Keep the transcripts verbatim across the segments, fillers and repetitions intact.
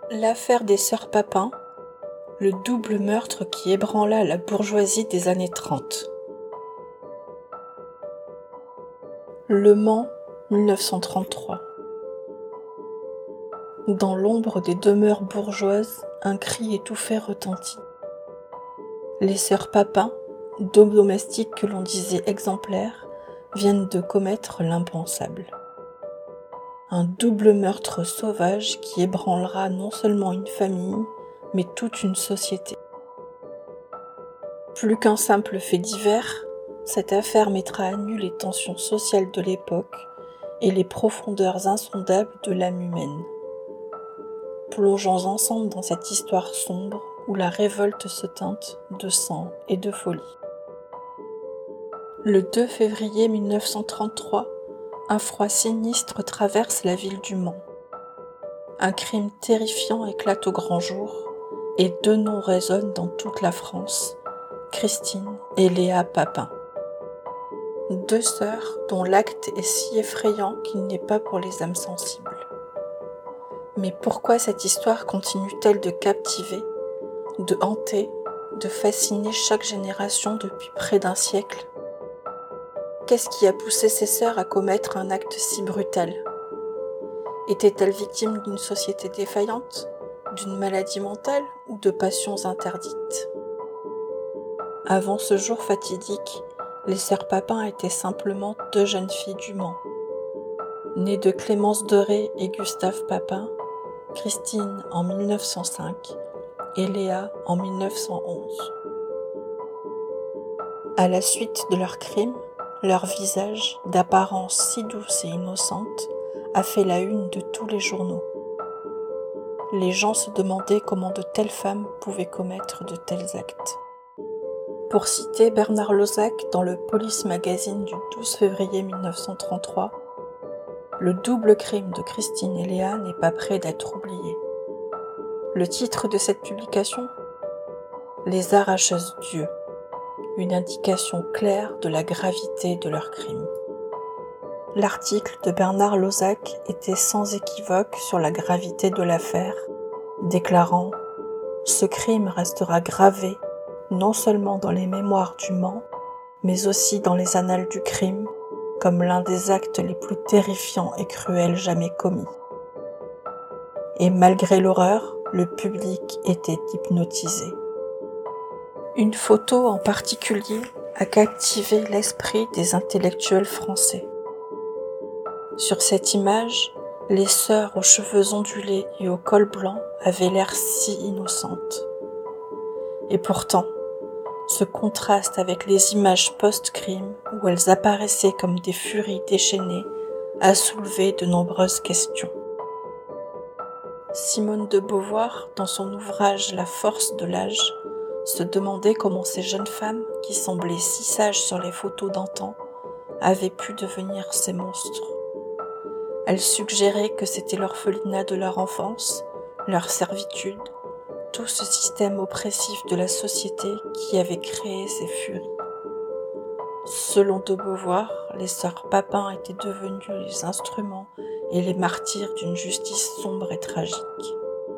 L'affaire des sœurs Papin, le double meurtre qui ébranla la bourgeoisie des années trente. Le Mans, mille neuf cent trente-trois. Dans l'ombre des demeures bourgeoises, un cri étouffé retentit. Les sœurs Papin, deux domestiques que l'on disait exemplaires, viennent de commettre l'impensable. Un double meurtre sauvage qui ébranlera non seulement une famille, mais toute une société. Plus qu'un simple fait divers, cette affaire mettra à nu les tensions sociales de l'époque et les profondeurs insondables de l'âme humaine. Plongeons ensemble dans cette histoire sombre où la révolte se teinte de sang et de folie. Le deux février mille neuf cent trente-trois, un froid sinistre traverse la ville du Mans. Un crime terrifiant éclate au grand jour et deux noms résonnent dans toute la France, Christine et Léa Papin. Deux sœurs dont l'acte est si effrayant qu'il n'est pas pour les âmes sensibles. Mais pourquoi cette histoire continue-t-elle de captiver, de hanter, de fasciner chaque génération depuis près d'un siècle ? Qu'est-ce qui a poussé ces sœurs à commettre un acte si brutal ? Étaient-elles victimes d'une société défaillante, d'une maladie mentale ou de passions interdites ? Avant ce jour fatidique, les sœurs Papin étaient simplement deux jeunes filles du Mans. Nées de Clémence Doré et Gustave Papin, Christine en mille neuf cent cinq et Léa en mille neuf cent onze. À la suite de leur crime, leur visage, d'apparence si douce et innocente, a fait la une de tous les journaux. Les gens se demandaient comment de telles femmes pouvaient commettre de tels actes. Pour citer Bernard Lozac dans le Police Magazine du douze février mille neuf cent trente-trois, le double crime de Christine et Léa n'est pas près d'être oublié. Le titre de cette publication ? Les arracheuses d'yeux, une indication claire de la gravité de leur crime. L'article de Bernard Lozac était sans équivoque sur la gravité de l'affaire, déclarant « Ce crime restera gravé non seulement dans les mémoires du Mans, mais aussi dans les annales du crime, comme l'un des actes les plus terrifiants et cruels jamais commis. » Et malgré l'horreur, le public était hypnotisé. Une photo en particulier a captivé l'esprit des intellectuels français. Sur cette image, les sœurs aux cheveux ondulés et au col blanc avaient l'air si innocentes. Et pourtant, ce contraste avec les images post-crime où elles apparaissaient comme des furies déchaînées a soulevé de nombreuses questions. Simone de Beauvoir, dans son ouvrage La force de l'âge, se demandait comment ces jeunes femmes, qui semblaient si sages sur les photos d'antan, avaient pu devenir ces monstres. Elle suggérait que c'était l'orphelinat de leur enfance, leur servitude, tout ce système oppressif de la société qui avait créé ces furies. Selon de Beauvoir, les sœurs Papin étaient devenues les instruments et les martyrs d'une justice sombre et tragique.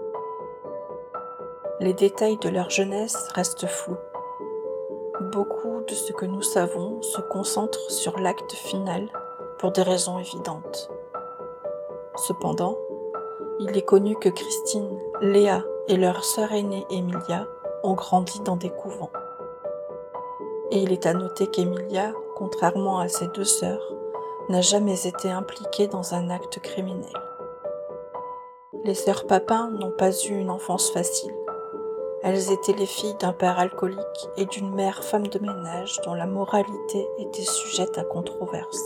Les détails de leur jeunesse restent flous. Beaucoup de ce que nous savons se concentre sur l'acte final pour des raisons évidentes. Cependant, il est connu que Christine, Léa et leur sœur aînée Emilia ont grandi dans des couvents. Et il est à noter qu'Emilia, contrairement à ses deux sœurs, n'a jamais été impliquée dans un acte criminel. Les sœurs Papin n'ont pas eu une enfance facile. Elles étaient les filles d'un père alcoolique et d'une mère femme de ménage dont la moralité était sujette à controverse.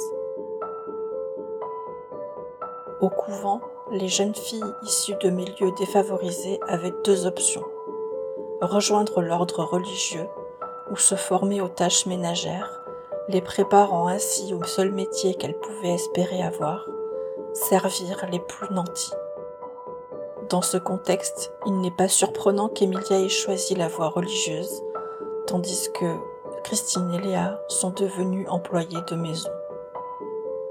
Au couvent, les jeunes filles issues de milieux défavorisés avaient deux options : rejoindre l'ordre religieux ou se former aux tâches ménagères, les préparant ainsi au seul métier qu'elles pouvaient espérer avoir, servir les plus nantis. Dans ce contexte, il n'est pas surprenant qu'Emilia ait choisi la voie religieuse, tandis que Christine et Léa sont devenues employées de maison.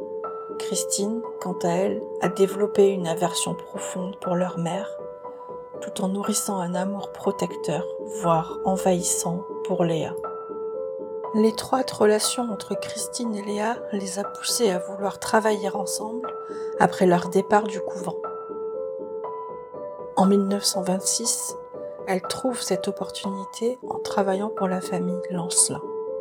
Christine, quant à elle, a développé une aversion profonde pour leur mère, tout en nourrissant un amour protecteur, voire envahissant pour Léa. L'étroite relation entre Christine et Léa les a poussés à vouloir travailler ensemble après leur départ du couvent. En mille neuf cent vingt-six, elle trouve cette opportunité en travaillant pour la famille Lancelin.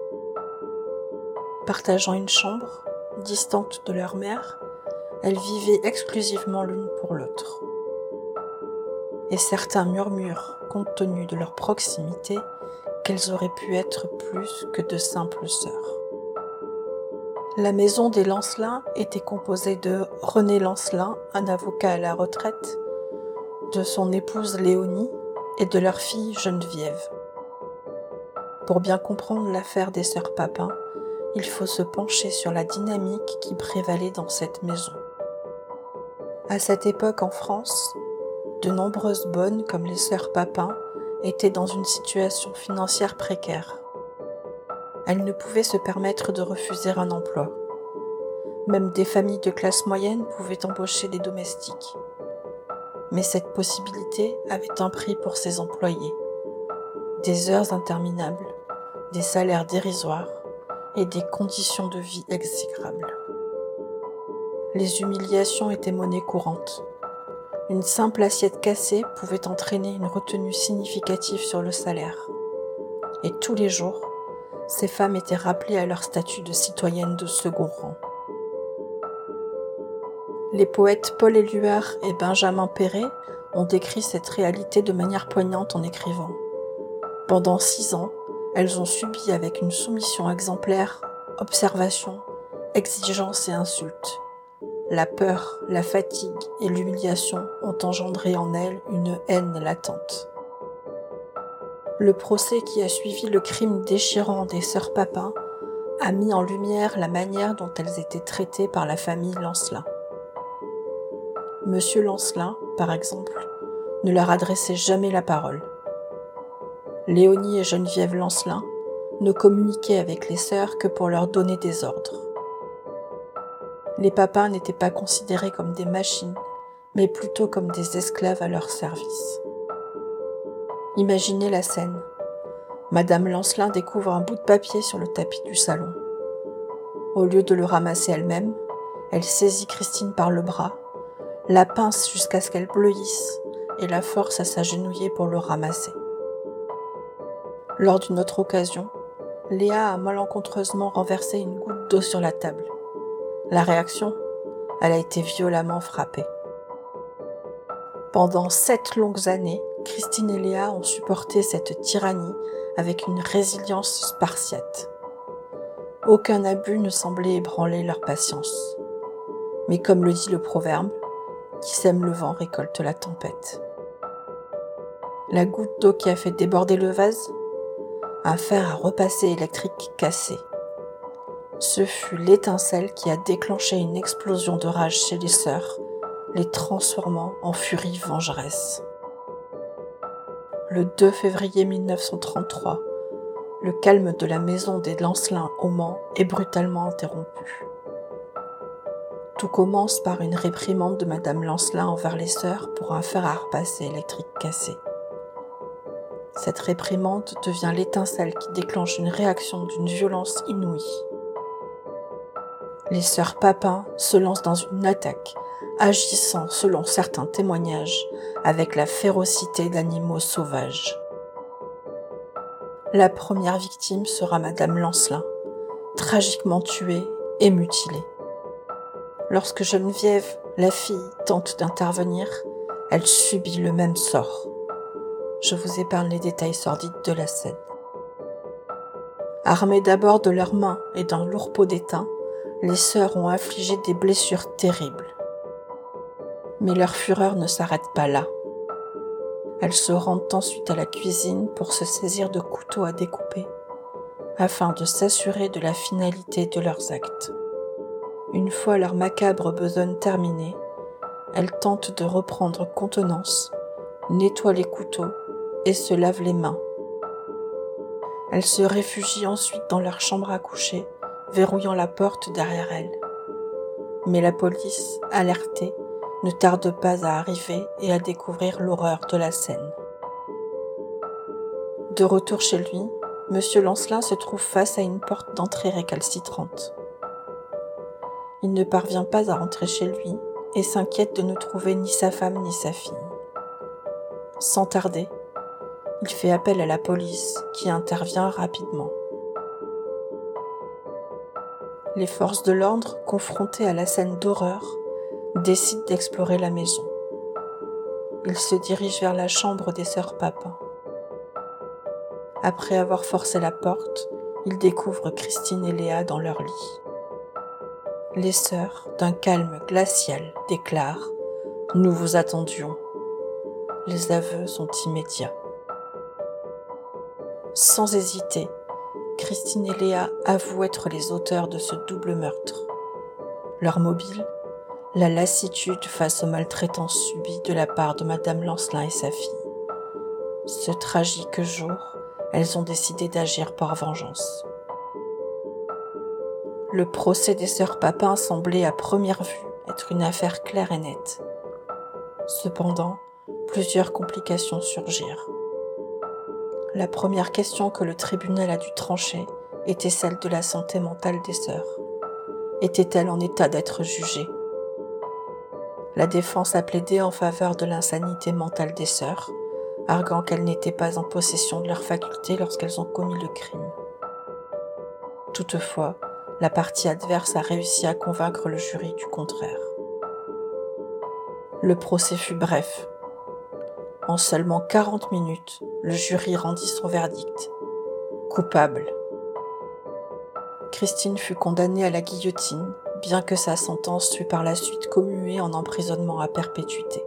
Partageant une chambre, distante de leur mère, elles vivaient exclusivement l'une pour l'autre. Et certains murmurent, compte tenu de leur proximité, qu'elles auraient pu être plus que de simples sœurs. La maison des Lancelin était composée de René Lancelin, un avocat à la retraite, de son épouse Léonie et de leur fille Geneviève. Pour bien comprendre l'affaire des sœurs Papin, il faut se pencher sur la dynamique qui prévalait dans cette maison. À cette époque en France, de nombreuses bonnes, comme les sœurs Papin, étaient dans une situation financière précaire. Elles ne pouvaient se permettre de refuser un emploi. Même des familles de classe moyenne pouvaient embaucher des domestiques. Mais cette possibilité avait un prix pour ses employés. Des heures interminables, des salaires dérisoires et des conditions de vie exécrables. Les humiliations étaient monnaie courante. Une simple assiette cassée pouvait entraîner une retenue significative sur le salaire. Et tous les jours, ces femmes étaient rappelées à leur statut de citoyennes de second rang. Les poètes Paul Éluard et Benjamin Péret ont décrit cette réalité de manière poignante en écrivant « Pendant six ans, elles ont subi avec une soumission exemplaire, observation, exigence et insultes. La peur, la fatigue et l'humiliation ont engendré en elles une haine latente. » Le procès qui a suivi le crime déchirant des sœurs Papin a mis en lumière la manière dont elles étaient traitées par la famille Lancelin. Monsieur Lancelin, par exemple, ne leur adressait jamais la parole. Léonie et Geneviève Lancelin ne communiquaient avec les sœurs que pour leur donner des ordres. Les Papin n'étaient pas considérés comme des machines, mais plutôt comme des esclaves à leur service. Imaginez la scène. Madame Lancelin découvre un bout de papier sur le tapis du salon. Au lieu de le ramasser elle-même, elle saisit Christine par le bras, la pince jusqu'à ce qu'elle bleuisse et la force à s'agenouiller pour le ramasser. Lors d'une autre occasion, Léa a malencontreusement renversé une goutte d'eau sur la table. La réaction, elle a été violemment frappée. Pendant sept longues années, Christine et Léa ont supporté cette tyrannie avec une résilience spartiate. Aucun abus ne semblait ébranler leur patience. Mais comme le dit le proverbe, qui sème le vent récolte la tempête. La goutte d'eau qui a fait déborder le vase, un fer à repasser électrique cassé. Ce fut l'étincelle qui a déclenché une explosion de rage chez les sœurs, les transformant en furie vengeresse. Le deux février mille neuf cent trente-trois, le calme de la maison des Lancelin au Mans est brutalement interrompu. Tout commence par une réprimande de Madame Lancelin envers les sœurs pour un fer à repasser électrique cassé. Cette réprimande devient l'étincelle qui déclenche une réaction d'une violence inouïe. Les sœurs Papin se lancent dans une attaque, agissant, selon certains témoignages, avec la férocité d'animaux sauvages. La première victime sera Madame Lancelin, tragiquement tuée et mutilée. Lorsque Geneviève, la fille, tente d'intervenir, elle subit le même sort. Je vous épargne les détails sordides de la scène. Armées d'abord de leurs mains et d'un lourd pot d'étain, les sœurs ont infligé des blessures terribles. Mais leur fureur ne s'arrête pas là. Elles se rendent ensuite à la cuisine pour se saisir de couteaux à découper, afin de s'assurer de la finalité de leurs actes. Une fois leur macabre besogne terminée, elles tentent de reprendre contenance, nettoient les couteaux et se lavent les mains. Elles se réfugient ensuite dans leur chambre à coucher, verrouillant la porte derrière elles. Mais la police, alertée, ne tarde pas à arriver et à découvrir l'horreur de la scène. De retour chez lui, Monsieur Lancelin se trouve face à une porte d'entrée récalcitrante. Il ne parvient pas à rentrer chez lui et s'inquiète de ne trouver ni sa femme ni sa fille. Sans tarder, il fait appel à la police qui intervient rapidement. Les forces de l'ordre, confrontées à la scène d'horreur, décident d'explorer la maison. Ils se dirigent vers la chambre des sœurs Papin. Après avoir forcé la porte, ils découvrent Christine et Léa dans leur lit. Les sœurs, d'un calme glacial, déclarent « Nous vous attendions ». Les aveux sont immédiats. Sans hésiter, Christine et Léa avouent être les auteurs de ce double meurtre. Leur mobile, la lassitude face aux maltraitances subies de la part de Madame Lancelin et sa fille. Ce tragique jour, elles ont décidé d'agir par vengeance. Le procès des sœurs Papin semblait à première vue être une affaire claire et nette. Cependant, plusieurs complications surgirent. La première question que le tribunal a dû trancher était celle de la santé mentale des sœurs. Étaient-elles en état d'être jugées ? La défense a plaidé en faveur de l'insanité mentale des sœurs, arguant qu'elles n'étaient pas en possession de leurs facultés lorsqu'elles ont commis le crime. Toutefois, la partie adverse a réussi à convaincre le jury du contraire. Le procès fut bref. En seulement quarante minutes, le jury rendit son verdict. Coupable. Christine fut condamnée à la guillotine, bien que sa sentence fut par la suite commuée en emprisonnement à perpétuité.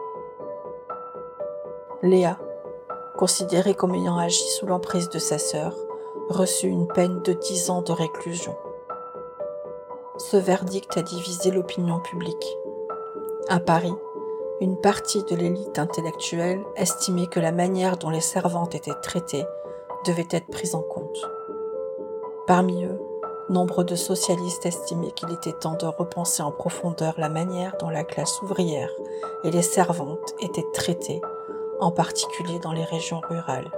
Léa, considérée comme ayant agi sous l'emprise de sa sœur, reçut une peine de dix ans de réclusion. Ce verdict a divisé l'opinion publique. À Paris, une partie de l'élite intellectuelle estimait que la manière dont les servantes étaient traitées devait être prise en compte. Parmi eux, nombre de socialistes estimaient qu'il était temps de repenser en profondeur la manière dont la classe ouvrière et les servantes étaient traitées, en particulier dans les régions rurales.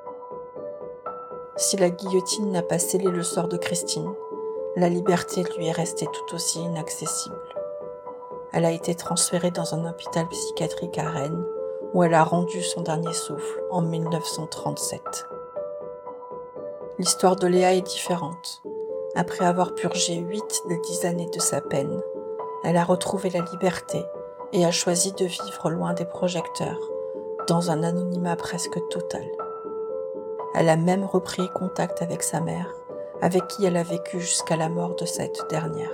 Si la guillotine n'a pas scellé le sort de Christine, la liberté lui est restée tout aussi inaccessible. Elle a été transférée dans un hôpital psychiatrique à Rennes, où elle a rendu son dernier souffle en mille neuf cent trente-sept. L'histoire de Léa est différente. Après avoir purgé huit des dix années de sa peine, elle a retrouvé la liberté et a choisi de vivre loin des projecteurs, dans un anonymat presque total. Elle a même repris contact avec sa mère, avec qui elle a vécu jusqu'à la mort de cette dernière.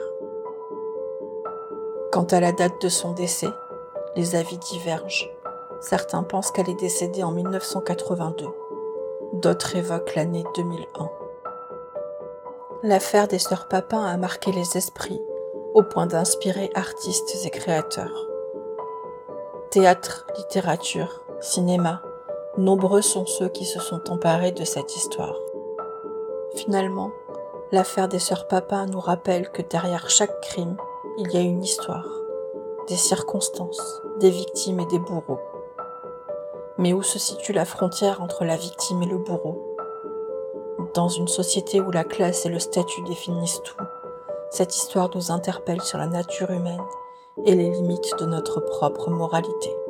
Quant à la date de son décès, les avis divergent. Certains pensent qu'elle est décédée en mille neuf cent quatre-vingt-deux, d'autres évoquent l'année deux mille un. L'affaire des sœurs Papin a marqué les esprits, au point d'inspirer artistes et créateurs. Théâtre, littérature, cinéma, nombreux sont ceux qui se sont emparés de cette histoire. Finalement, l'affaire des sœurs Papin nous rappelle que derrière chaque crime, il y a une histoire, des circonstances, des victimes et des bourreaux. Mais où se situe la frontière entre la victime et le bourreau ? Dans une société où la classe et le statut définissent tout, cette histoire nous interpelle sur la nature humaine et les limites de notre propre moralité.